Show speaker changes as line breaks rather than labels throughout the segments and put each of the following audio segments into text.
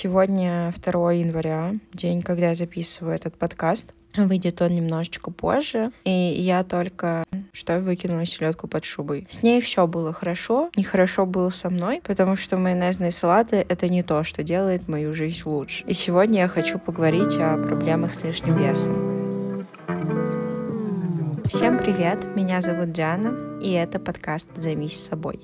Сегодня 2 января, день, когда я записываю этот подкаст. Выйдет он немножечко позже, и я только что выкинула селедку под шубой. С ней все было хорошо, нехорошо было со мной, потому что майонезные салаты — это не то, что делает мою жизнь лучше. И сегодня я хочу поговорить о проблемах с лишним весом. Всем привет, меня зовут Диана, и это подкаст «Займись собой».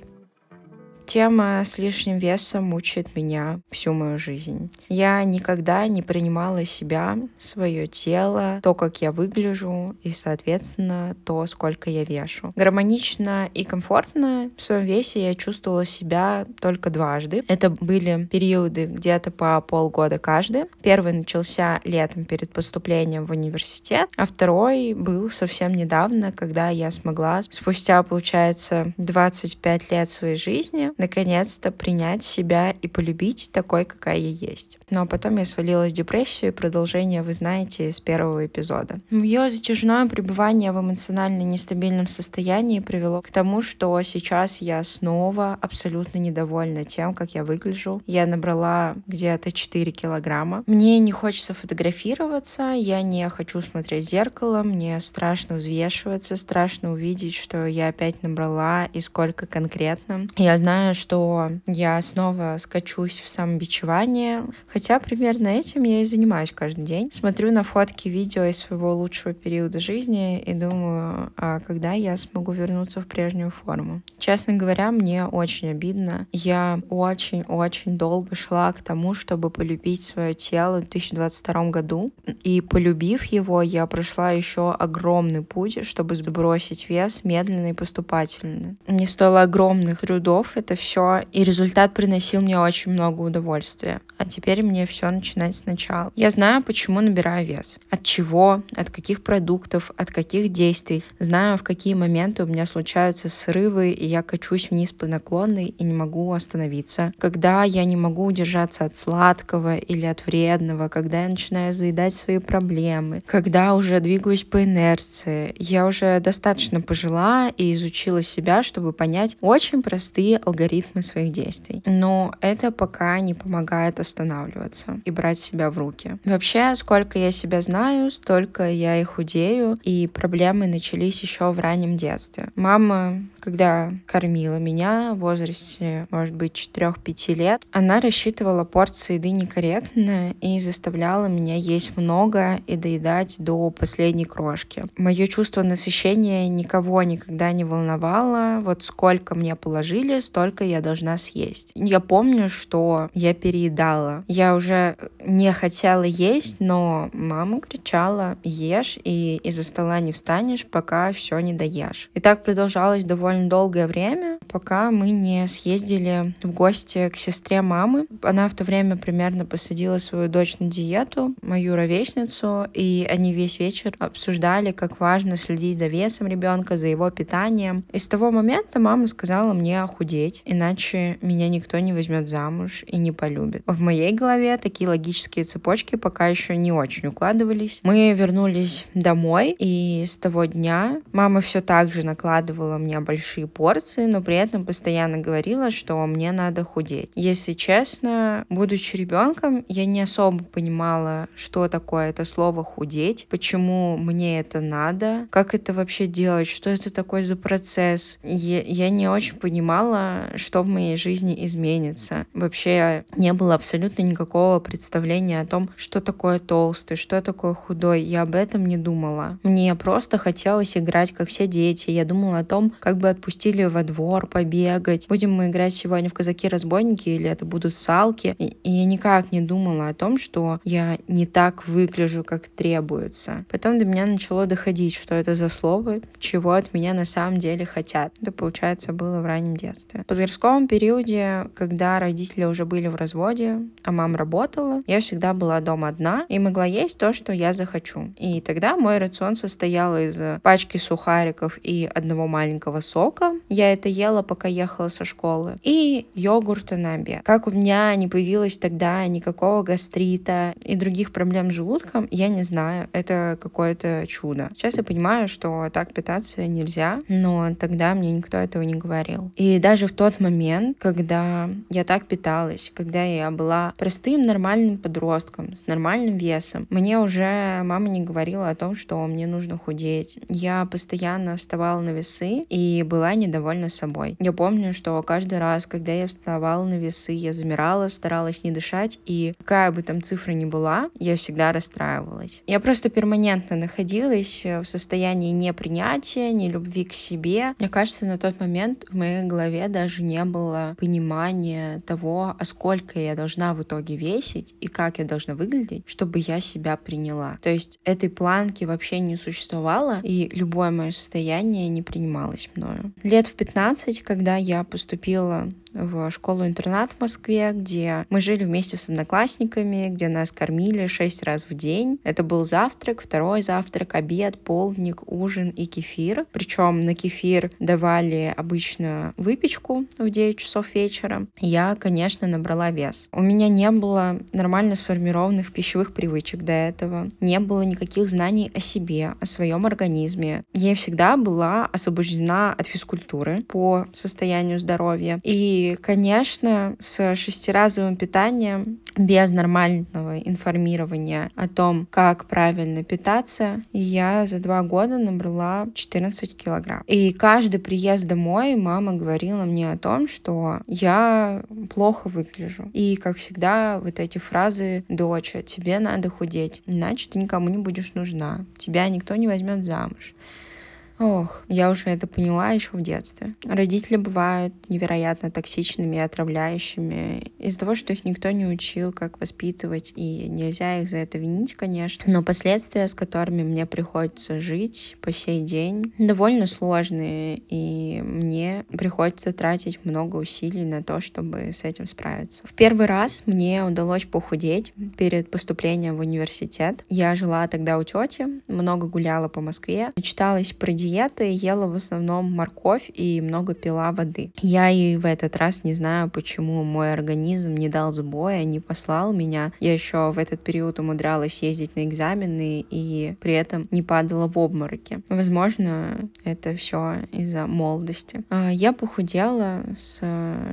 Тема с лишним весом мучает меня всю мою жизнь. Я никогда не принимала себя, свое тело, то, как я выгляжу и, соответственно, то, сколько я вешу. Гармонично и комфортно в своем весе я чувствовала себя только дважды. Это были периоды где-то по полгода каждый. Первый начался летом перед поступлением в университет, а второй был совсем недавно, когда я смогла спустя, получается, 25 лет своей жизни наконец-то принять себя и полюбить такой, какая я есть. Но потом я свалилась в депрессию, и продолжение вы знаете из первого эпизода. Мое затяжное пребывание в эмоционально нестабильном состоянии привело к тому, что сейчас я снова абсолютно недовольна тем, как я выгляжу. Я набрала где-то 4 килограмма. Мне не хочется фотографироваться, я не хочу смотреть в зеркало, мне страшно взвешиваться, страшно увидеть, что я опять набрала и сколько конкретно. Я знаю, что я снова скачусь в самобичевание, хотя примерно этим я и занимаюсь каждый день. Смотрю на фотки, видео из своего лучшего периода жизни и думаю, а когда я смогу вернуться в прежнюю форму? Честно говоря, мне очень обидно. Я очень-очень долго шла к тому, чтобы полюбить свое тело в 2022 году. И полюбив его, я прошла еще огромный путь, чтобы сбросить вес медленно и поступательно. Мне стоило огромных трудов это все, и результат приносил мне очень много удовольствия. А теперь мне все начинать сначала. Я знаю, почему набираю вес. От чего, от каких продуктов, от каких действий. Знаю, в какие моменты у меня случаются срывы, и я качусь вниз по наклонной и не могу остановиться. Когда я не могу удержаться от сладкого или от вредного, когда я начинаю заедать свои проблемы, когда уже двигаюсь по инерции. Я уже достаточно пожила и изучила себя, чтобы понять очень простые алгоритмы своих действий. Но это пока не помогает останавливаться и брать себя в руки. Вообще, сколько я себя знаю, столько я и худею, и проблемы начались еще в раннем детстве. Мама, когда кормила меня в возрасте, может быть, 4-5 лет, она рассчитывала порции еды некорректно и заставляла меня есть много и доедать до последней крошки. Мое чувство насыщения никого никогда не волновало. Вот сколько мне положили, столько я должна съесть. Я помню, что я переедала. Я уже не хотела есть, но мама кричала: ешь, и из-за стола не встанешь, пока все не доешь. И так продолжалось довольно долгое время, пока мы не съездили в гости к сестре мамы. Она в то время примерно посадила свою дочь на диету, мою ровесницу, и они весь вечер обсуждали, как важно следить за весом ребенка, за его питанием. И с того момента мама сказала мне худеть, иначе меня никто не возьмет замуж и не полюбит. В моей голове такие логические цепочки пока еще не очень укладывались. Мы вернулись домой, и с того дня мама все так же накладывала мне большие порции, но при этом постоянно говорила, что мне надо худеть. Если честно, будучи ребенком, я не особо понимала, что такое это слово худеть, почему мне это надо, как это вообще делать, что это такое за процесс. Я не очень понимала, что в моей жизни изменится. Вообще не было абсолютно никакого представления о том, что такое толстый, что такое худой. Я об этом не думала. Мне просто хотелось играть, как все дети. Я думала о том, как бы отпустили во двор побегать. Будем мы играть сегодня в казаки-разбойники или это будут салки. И я никак не думала о том, что я не так выгляжу, как требуется. Потом до меня начало доходить, что это за слово, чего от меня на самом деле хотят. Это, получается, было в раннем детстве. В подростковом периоде, когда родители уже были в разводе, а мама работала, я всегда была дома одна и могла есть то, что я захочу. И тогда мой рацион состоял из пачки сухариков и одного маленького сока. Я это ела, пока ехала со школы. И йогурта на обед. Как у меня не появилось тогда никакого гастрита и других проблем с желудком, я не знаю. Это какое-то чудо. Сейчас я понимаю, что так питаться нельзя, но тогда мне никто этого не говорил. И даже в тот тот момент, когда я так питалась, когда я была простым нормальным подростком с нормальным весом, мне уже мама не говорила о том, что мне нужно худеть. Я постоянно вставала на весы и была недовольна собой. Я помню, что каждый раз, когда я вставала на весы, я замирала, старалась не дышать, и какая бы там цифра ни была, я всегда расстраивалась. Я просто перманентно находилась в состоянии непринятия, нелюбви к себе. Мне кажется, на тот момент в моей голове даже не было понимания того, а сколько я должна в итоге весить и как я должна выглядеть, чтобы я себя приняла. То есть этой планки вообще не существовало, и любое мое состояние не принималось мною. Лет в 15, когда я поступила в школу-интернат в Москве, где мы жили вместе с одноклассниками, где нас кормили 6 раз в день. Это был завтрак, второй завтрак, обед, полдник, ужин и кефир. Причем на кефир давали обычно выпечку в 9 часов вечера. Я, конечно, набрала вес. У меня не было нормально сформированных пищевых привычек до этого. Не было никаких знаний о себе, о своем организме. Я всегда была освобождена от физкультуры по состоянию здоровья. И, конечно, с шестиразовым питанием, без нормального информирования о том, как правильно питаться, я за 2 года набрала 14 килограмм. И каждый приезд домой мама говорила мне о том, что я плохо выгляжу. И, как всегда, вот эти фразы: «Доча, тебе надо худеть, иначе ты никому не будешь нужна, тебя никто не возьмет замуж». Ох, я уже это поняла еще в детстве. Родители бывают невероятно токсичными и отравляющими из-за того, что их никто не учил, как воспитывать, и нельзя их за это винить, конечно. Но последствия, с которыми мне приходится жить по сей день, довольно сложные, и мне приходится тратить много усилий на то, чтобы с этим справиться. В первый раз мне удалось похудеть перед поступлением в университет. Я жила тогда у тети, много гуляла по Москве, читалась про диеты, ела в основном морковь и много пила воды. Я и в этот раз не знаю, почему мой организм не дал сбоя, не послал меня. Я еще в этот период умудрялась ездить на экзамены и при этом не падала в обмороки. Возможно, это все из-за молодости. Я похудела с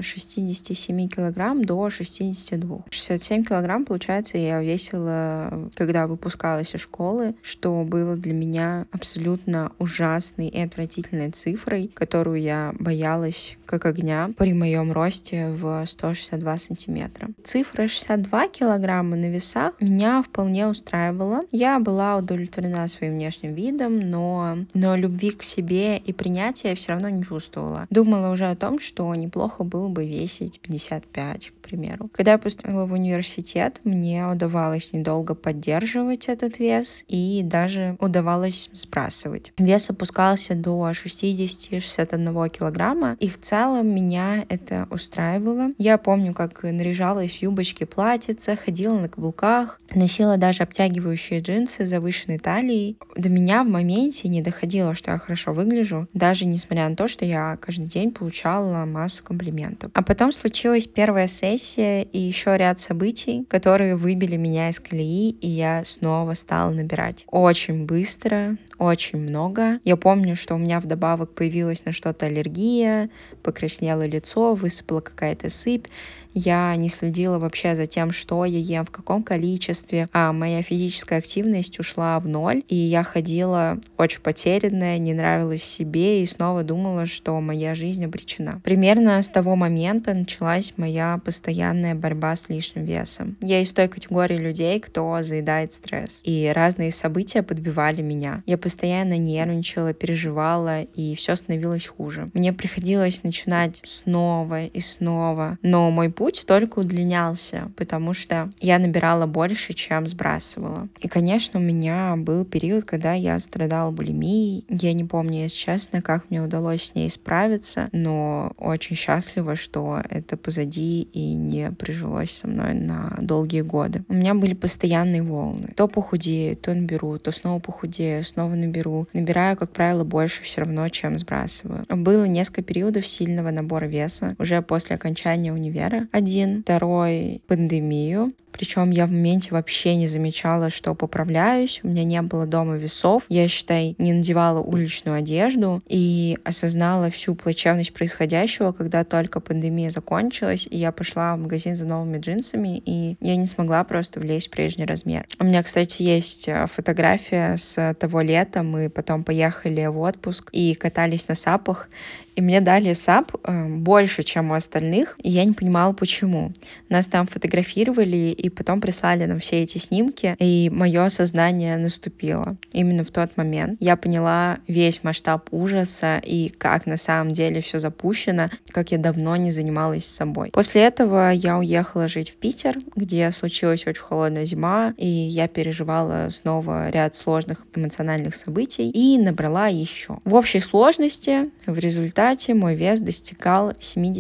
67 килограмм до 62. 67 килограмм, получается, я весила, когда выпускалась из школы, что было для меня абсолютно ужасно и отвратительной цифрой, которую я боялась как огня при моем росте в 162 сантиметра. Цифра 62 килограмма на весах меня вполне устраивала. Я была удовлетворена своим внешним видом, но любви к себе и принятия я все равно не чувствовала. Думала уже о том, что неплохо было бы весить 55, к примеру. Когда я поступила в университет, мне удавалось недолго поддерживать этот вес и даже удавалось сбрасывать. Вес опускался до 60-61 килограмма, и в целом меня это устраивало. Я помню, как наряжалась в юбочки, платьица, ходила на каблуках, носила даже обтягивающие джинсы с завышенной талией. До меня в моменте не доходило, что я хорошо выгляжу, даже несмотря на то, что я каждый день получала массу комплиментов. А потом случилась первая сессия и еще ряд событий, которые выбили меня из колеи, и я снова стала набирать. Очень быстро, очень много. Я помню, что у меня вдобавок появилась на что-то аллергия, покраснело лицо, высыпала какая-то сыпь. Я не следила вообще за тем, что я ем, в каком количестве, а моя физическая активность ушла в ноль, и я ходила очень потерянная, не нравилась себе и снова думала, что моя жизнь обречена. Примерно с того момента началась моя постоянная борьба с лишним весом. Я из той категории людей, кто заедает стресс, и разные события подбивали меня. Я постоянно нервничала, переживала, и все становилось хуже. Мне приходилось начинать снова и снова, но мой путь только удлинялся, потому что я набирала больше, чем сбрасывала. И, конечно, у меня был период, когда я страдала булимией. Я не помню, если честно, как мне удалось с ней справиться, но очень счастлива, что это позади и не прижилось со мной на долгие годы. У меня были постоянные волны. То похудею, то наберу, то снова похудею, снова наберу. Набираю, как правило, больше все равно, чем сбрасываю. Было несколько периодов сильного набора веса уже после окончания универа. Один, второй — пандемию. Причем я в моменте вообще не замечала, что поправляюсь. У меня не было дома весов. Я, считай, не надевала уличную одежду и осознала всю плачевность происходящего, когда только пандемия закончилась, и я пошла в магазин за новыми джинсами, и я не смогла просто влезть в прежний размер. У меня, кстати, есть фотография с того лета. Мы потом поехали в отпуск и катались на сапах, и мне дали сап больше, чем у остальных, и я не понимала, почему. Нас там фотографировали, и потом прислали нам все эти снимки, и мое осознание наступило. Именно в тот момент я поняла весь масштаб ужаса и как на самом деле все запущено, как я давно не занималась собой. После этого я уехала жить в Питер, где случилась очень холодная зима, и я переживала снова ряд сложных эмоциональных событий и набрала еще. В общей сложности в результате мой вес достигал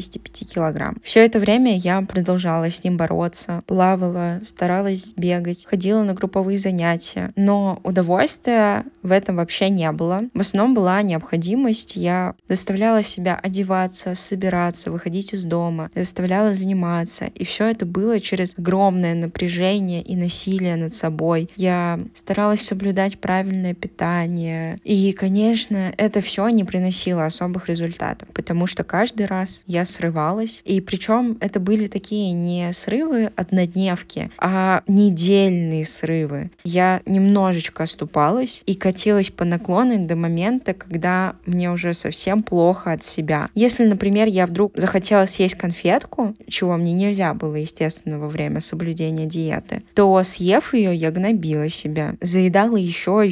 75 килограмм. Все это время я продолжала с ним бороться, плавала, старалась бегать, ходила на групповые занятия, но удовольствия в этом вообще не было. В основном была необходимость. Я заставляла себя одеваться, собираться, выходить из дома, заставляла заниматься, и все это было через огромное напряжение и насилие над собой. Я старалась соблюдать правильное питание, и, конечно, это все не приносило особых результатов, потому что каждый раз я срывалась, и причем это были такие не срывы однодневки, а недельные срывы. Я немножечко оступалась и катилась по наклону до момента, когда мне уже совсем плохо от себя. Если, например, я вдруг захотела съесть конфетку, чего мне нельзя было, естественно, во время соблюдения диеты, то, съев ее, я гнобила себя. Заедала еще,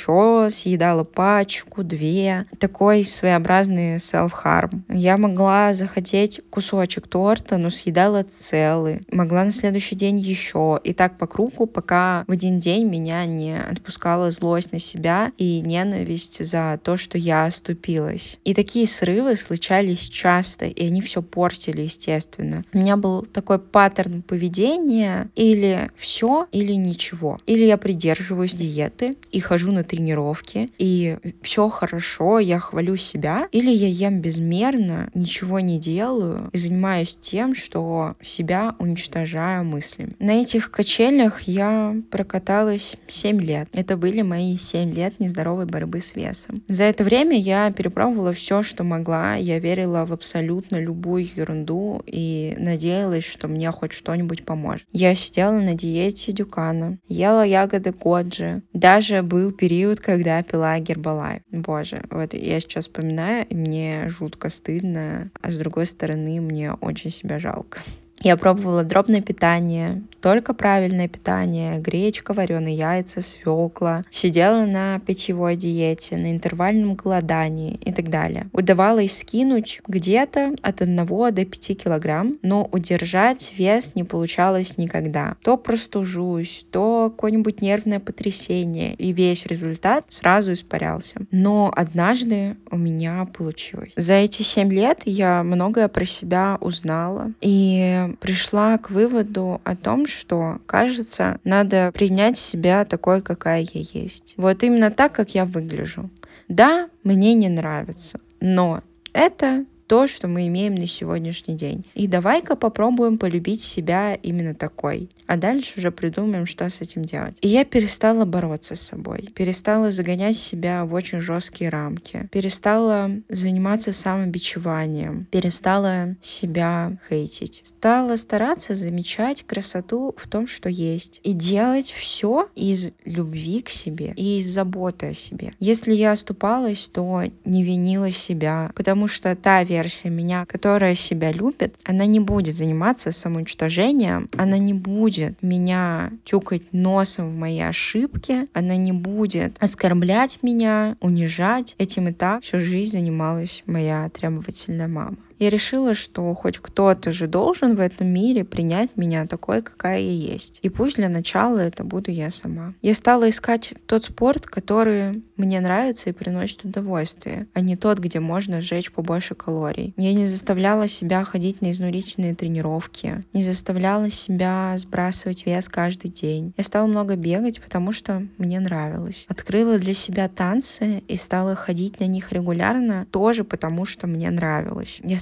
съедала пачку, 2. Такой своеобразный self-harm. Я могла захотеть кусочек торта, но съедала целый. Могла на следующий день еще. И так по кругу, пока в один день меня не отпускала злость на себя и ненависть за то, что я оступилась. И такие срывы случались часто, и они все портили, естественно. У меня был такой паттерн поведения: или все, или ничего. Или я придерживаюсь диеты и хожу на тренировки, и все хорошо, я хвалю себя, или я ем безмерно, ничего не делаю и занимаюсь тем, что себя уничтожаю мыслями. На этих качелях я прокаталась 7 лет. Это были мои 7 лет нездоровой борьбы с весом. За это время я перепробовала все, что могла. Я верила в абсолютно любую ерунду и надеялась, что мне хоть что-нибудь поможет. Я сидела на диете Дюкана, ела ягоды годжи. Даже был период, когда пила Гербалайф. Боже, вот я сейчас вспоминаю, и мне жутко стыдно, а с другой стороны, мне очень себя жалко. Я пробовала дробное питание, только правильное питание, гречка, вареные яйца, свекла. Сидела на питьевой диете, на интервальном голодании и так далее. Удавалось скинуть где-то от 1 до 5 килограмм, но удержать вес не получалось никогда. То простужусь, то какое-нибудь нервное потрясение, и весь результат сразу испарялся. Но однажды у меня получилось. За эти 7 лет я многое про себя узнала и пришла к выводу о том, что, кажется, надо принять себя такой, какая я есть. Вот именно так, как я выгляжу. Да, мне не нравится, но это то, что мы имеем на сегодняшний день. И давай-ка попробуем полюбить себя именно такой. А дальше уже придумаем, что с этим делать. И я перестала бороться с собой. Перестала загонять себя в очень жесткие рамки. Перестала заниматься самобичеванием. Перестала себя хейтить. Стала стараться замечать красоту в том, что есть. И делать все из любви к себе и из заботы о себе. Если я оступалась, то не винила себя, потому что та версия меня, которая себя любит, она не будет заниматься самоуничтожением, она не будет меня тюкать носом в мои ошибки, она не будет оскорблять меня, унижать. Этим и так всю жизнь занималась моя требовательная мама. Я решила, что хоть кто-то же должен в этом мире принять меня такой, какая я есть. И пусть для начала это буду я сама. Я стала искать тот спорт, который мне нравится и приносит удовольствие, а не тот, где можно сжечь побольше калорий. Я не заставляла себя ходить на изнурительные тренировки, не заставляла себя сбрасывать вес каждый день. Я стала много бегать, потому что мне нравилось. Открыла для себя танцы и стала ходить на них регулярно, тоже потому что мне нравилось. Я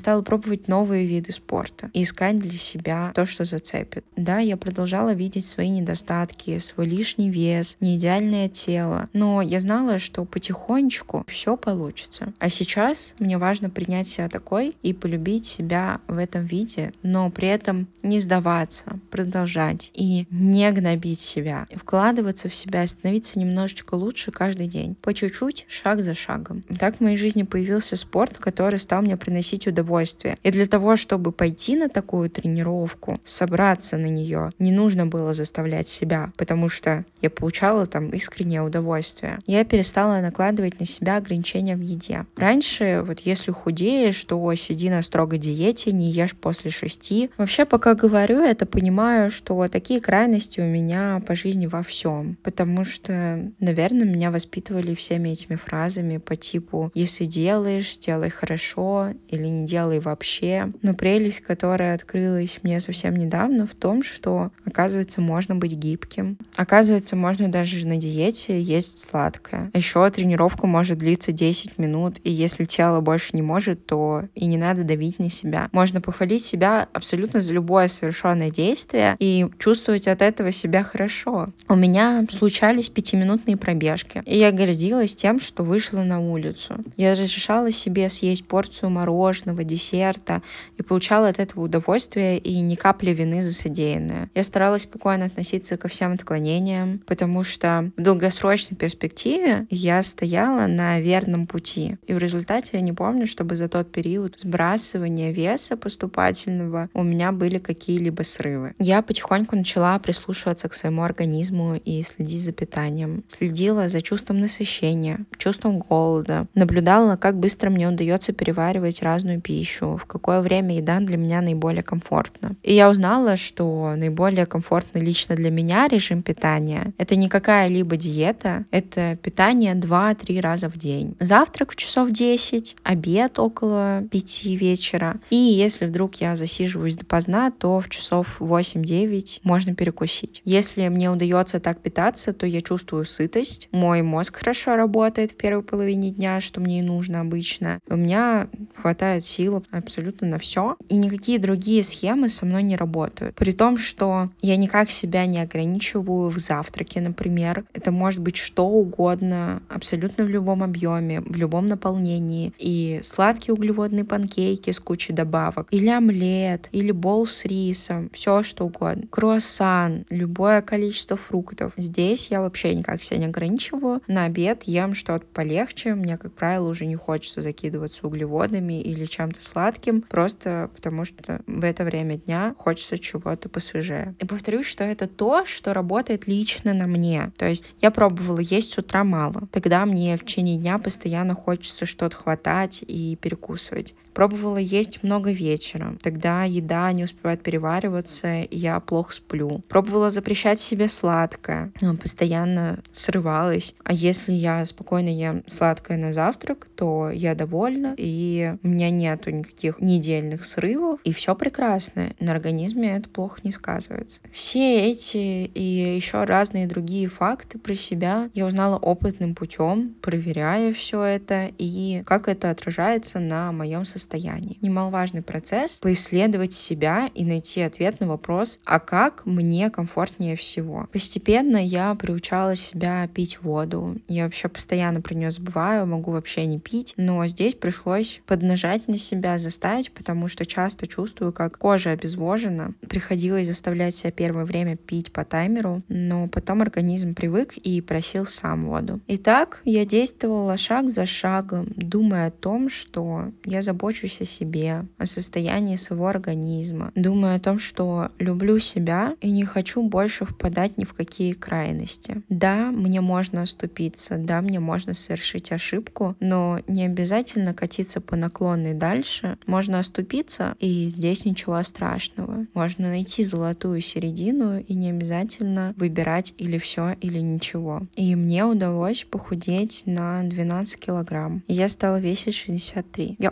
стала пробовать новые виды спорта и искать для себя то, что зацепит. Да, я продолжала видеть свои недостатки, свой лишний вес, неидеальное тело, но я знала, что потихонечку все получится. А сейчас мне важно принять себя такой и полюбить себя в этом виде, но при этом не сдаваться, продолжать и не гнобить себя, вкладываться в себя, становиться немножечко лучше каждый день, по чуть-чуть, шаг за шагом. Так в моей жизни появился спорт, который стал мне приносить удовольствие. И для того, чтобы пойти на такую тренировку, собраться на нее, не нужно было заставлять себя, потому что я получала там искреннее удовольствие. Я перестала накладывать на себя ограничения в еде. Раньше, вот если худеешь, то сиди на строгой диете, не ешь после 6. Вообще, пока говорю это, понимаю, что такие крайности у меня по жизни во всем. Потому что, наверное, меня воспитывали всеми этими фразами по типу «если делаешь, делай хорошо» или «не делай вообще». Но прелесть, которая открылась мне совсем недавно, в том, что, оказывается, можно быть гибким. Оказывается, можно даже на диете есть сладкое. Еще тренировка может длиться 10 минут, и если тело больше не может, то и не надо давить на себя. Можно похвалить себя абсолютно за любое совершенное действие и чувствовать от этого себя хорошо. У меня случались 5-минутные пробежки, и я гордилась тем, что вышла на улицу. Я разрешала себе съесть порцию мороженого, десерта и получала от этого удовольствие и ни капли вины за содеянное. Я старалась спокойно относиться ко всем отклонениям, потому что в долгосрочной перспективе я стояла на верном пути. И в результате я не помню, чтобы за тот период сбрасывания веса поступательного у меня были какие-либо срывы. Я потихоньку начала прислушиваться к своему организму и следить за питанием. Следила за чувством насыщения, чувством голода. Наблюдала, как быстро мне удается переваривать разную пищу, в какое время еда для меня наиболее комфортна. И я узнала, что наиболее комфортный лично для меня режим питания — это не какая-либо диета, это питание 2-3 раза в день. Завтрак в часов 10, обед около 5 вечера. И если вдруг я засиживаюсь допоздна, то в часов 8-9 можно перекусить. Если мне удается так питаться, то я чувствую сытость, мой мозг хорошо работает в первой половине дня, что мне и нужно обычно. У меня хватает сил абсолютно на все, и никакие другие схемы со мной не работают. При том, что я никак себя не ограничиваю в завтраке, например. Это может быть что угодно, абсолютно в любом объеме, в любом наполнении. И сладкие углеводные панкейки с кучей добавок, или омлет, или боул с рисом, все что угодно. Круассан, любое количество фруктов. Здесь я вообще никак себя не ограничиваю. На обед ем что-то полегче. Мне, как правило, уже не хочется закидываться углеводами или чем-то сладким, просто потому что в это время дня хочется чего-то посвежее. И повторюсь, что это то, что работает лично на мне. То есть я пробовала есть с утра мало. Тогда мне в течение дня постоянно хочется что-то хватать и перекусывать. Пробовала есть много вечером. Тогда еда не успевает перевариваться, и я плохо сплю. Пробовала запрещать себе сладкое. Постоянно срывалась. А если я спокойно ем сладкое на завтрак, то я довольна, и у меня нету никаких недельных срывов, и все прекрасно. На организме это плохо не сказывается. Все эти и еще разные другие факты про себя я узнала опытным путем, проверяя все это, и как это отражается на моем состоянии. Немаловажный процесс — поисследовать себя и найти ответ на вопрос, а как мне комфортнее всего. Постепенно я приучала себя пить воду. Я вообще постоянно про нее забываю, могу вообще не пить, но здесь пришлось поднажать на себя, заставить, потому что часто чувствую, как кожа обезвожена. Приходилось заставлять себя первое время пить по таймеру, но потом организм привык и просил сам воду. Итак, я действовала шаг за шагом, думая о том, что я забочусь о себе, о состоянии своего организма, думая о том, что люблю себя и не хочу больше впадать ни в какие крайности. Да, мне можно оступиться, да, мне можно совершить ошибку, но не обязательно катиться по наклонной дальше. Можно оступиться, и здесь ничего страшного. Можно найти золотую середину, и не обязательно выбирать или все, или ничего. И мне удалось похудеть на 12 килограмм. И я стала весить 63. Я очень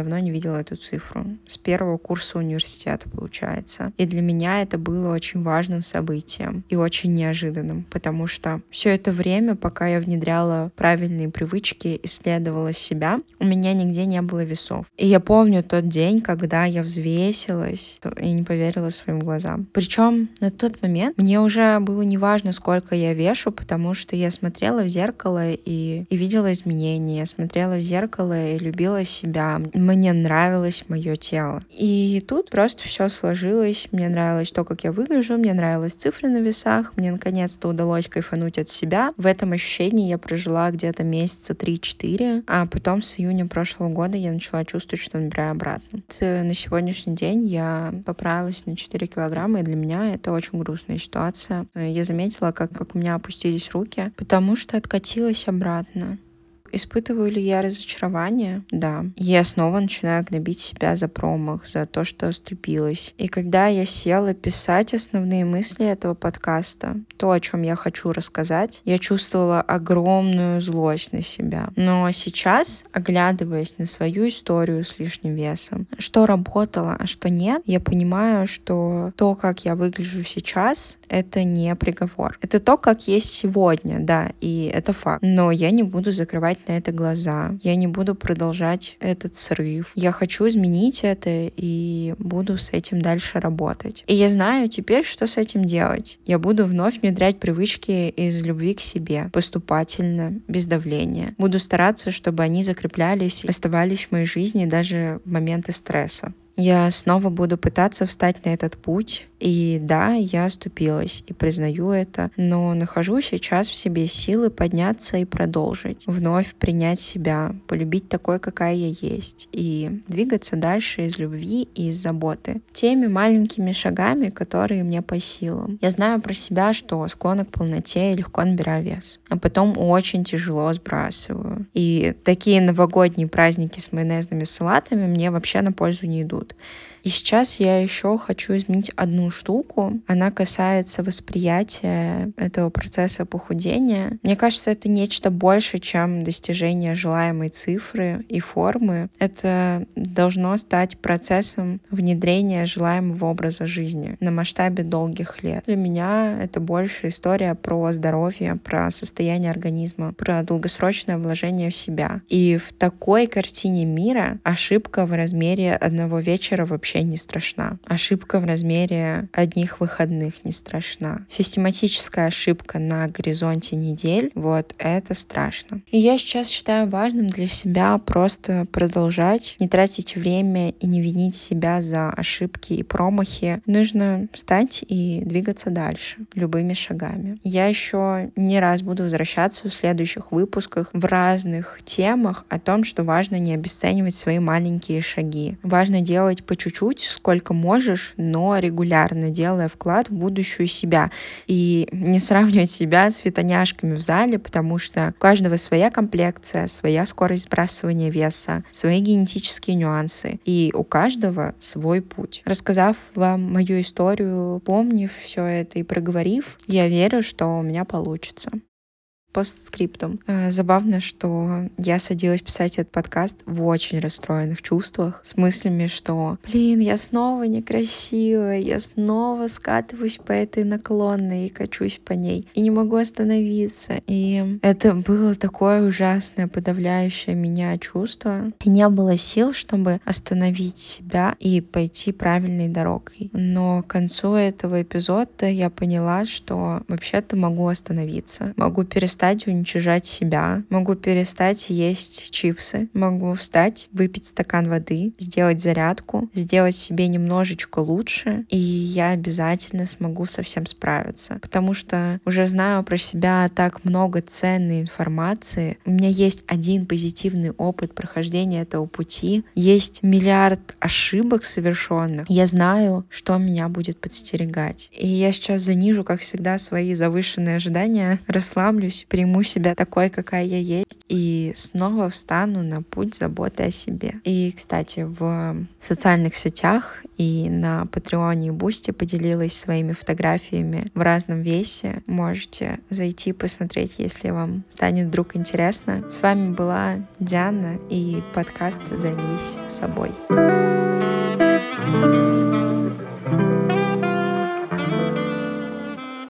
давно не видела эту цифру. С первого курса университета, получается. И для меня это было очень важным событием и очень неожиданным, потому что все это время, пока я внедряла правильные привычки, исследовала себя, у меня нигде не было весов. И я помню тот день, когда я взвесилась и не поверила своим глазам. Причем на тот момент мне уже было неважно, сколько я вешу, потому что я смотрела в зеркало и видела изменения. Я смотрела в зеркало и любила себя. Мне нравилось мое тело. И тут просто все сложилось. Мне нравилось то, как я выгляжу, мне нравились цифры на весах. Мне наконец-то удалось кайфануть от себя. В этом ощущении я прожила где-то месяца 3-4, а потом с июня прошлого года я начала чувствовать, что набираю обратно. На сегодняшний день я поправилась на 4 килограмма, и для меня это очень грустная ситуация. Я заметила, как у меня опустились руки, потому что откатилась обратно. Испытываю ли я разочарование? Да. Я снова начинаю гнобить себя за промах, за то, что оступилась. И когда я села писать основные мысли этого подкаста, то, о чем я хочу рассказать, я чувствовала огромную злость на себя. Но сейчас, оглядываясь на свою историю с лишним весом, что работало, а что нет, я понимаю, что то, как я выгляжу сейчас, это не приговор. Это то, как есть сегодня, да, и это факт. Но я не буду закрывать на это глаза. Я не буду продолжать этот срыв. Я хочу изменить это и буду с этим дальше работать. И я знаю теперь, что с этим делать. Я буду вновь внедрять привычки из любви к себе, поступательно, без давления. Буду стараться, чтобы они закреплялись, оставались в моей жизни даже в моменты стресса. Я снова буду пытаться встать на этот путь. И да, я оступилась и признаю это, но нахожу сейчас в себе силы подняться и продолжить. Вновь принять себя, полюбить такой, какая я есть, и двигаться дальше из любви и из заботы. Теми маленькими шагами, которые мне по силам. Я знаю про себя, что склонна к полноте и легко набираю вес, а потом очень тяжело сбрасываю. И такие новогодние праздники с майонезными салатами мне вообще на пользу не идут. И сейчас я еще хочу изменить одну штуку. Она касается восприятия этого процесса похудения. Мне кажется, это нечто больше, чем достижение желаемой цифры и формы. Это должно стать процессом внедрения желаемого образа жизни на масштабе долгих лет. Для меня это больше история про здоровье, про состояние организма, про долгосрочное вложение в себя. И в такой картине мира ошибка в размере одного вечера вообще не страшна. Ошибка в размере одних выходных не страшна. Систематическая ошибка на горизонте недель, вот это страшно. И я сейчас считаю важным для себя просто продолжать, не тратить время и не винить себя за ошибки и промахи. Нужно встать и двигаться дальше любыми шагами. Я еще не раз буду возвращаться в следующих выпусках в разных темах о том, что важно не обесценивать свои маленькие шаги. Важно делать по чуть-чуть, сколько можешь, но регулярно, делая вклад в будущую себя. И не сравнивать себя с фитоняшками в зале, потому что у каждого своя комплекция, своя скорость сбрасывания веса, свои генетические нюансы. И у каждого свой путь. Рассказав вам мою историю, помнив все это и проговорив, я верю, что у меня получится. Постскриптум. Забавно, что я садилась писать этот подкаст в очень расстроенных чувствах, с мыслями, что, я снова некрасивая, я снова скатываюсь по этой наклонной и качусь по ней, и не могу остановиться. И это было такое ужасное, подавляющее меня чувство. И не было сил, чтобы остановить себя и пойти правильной дорогой. Но к концу этого эпизода я поняла, что вообще-то могу остановиться, могу перестать уничтожать себя, могу перестать есть чипсы, могу встать, выпить стакан воды, сделать зарядку, сделать себе немножечко лучше, и я обязательно смогу со всем справиться. Потому что уже знаю про себя так много ценной информации. У меня есть один позитивный опыт прохождения этого пути, есть миллиард ошибок совершенных. Я знаю, что меня будет подстерегать. И я сейчас занижу, как всегда, свои завышенные ожидания, расслаблюсь, приму себя такой, какая я есть, и снова встану на путь заботы о себе. И, кстати, в социальных сетях и на Патреоне и Бусти поделилась своими фотографиями в разном весе. Можете зайти посмотреть, если вам станет вдруг интересно. С вами была Диана и подкаст «Займись собой».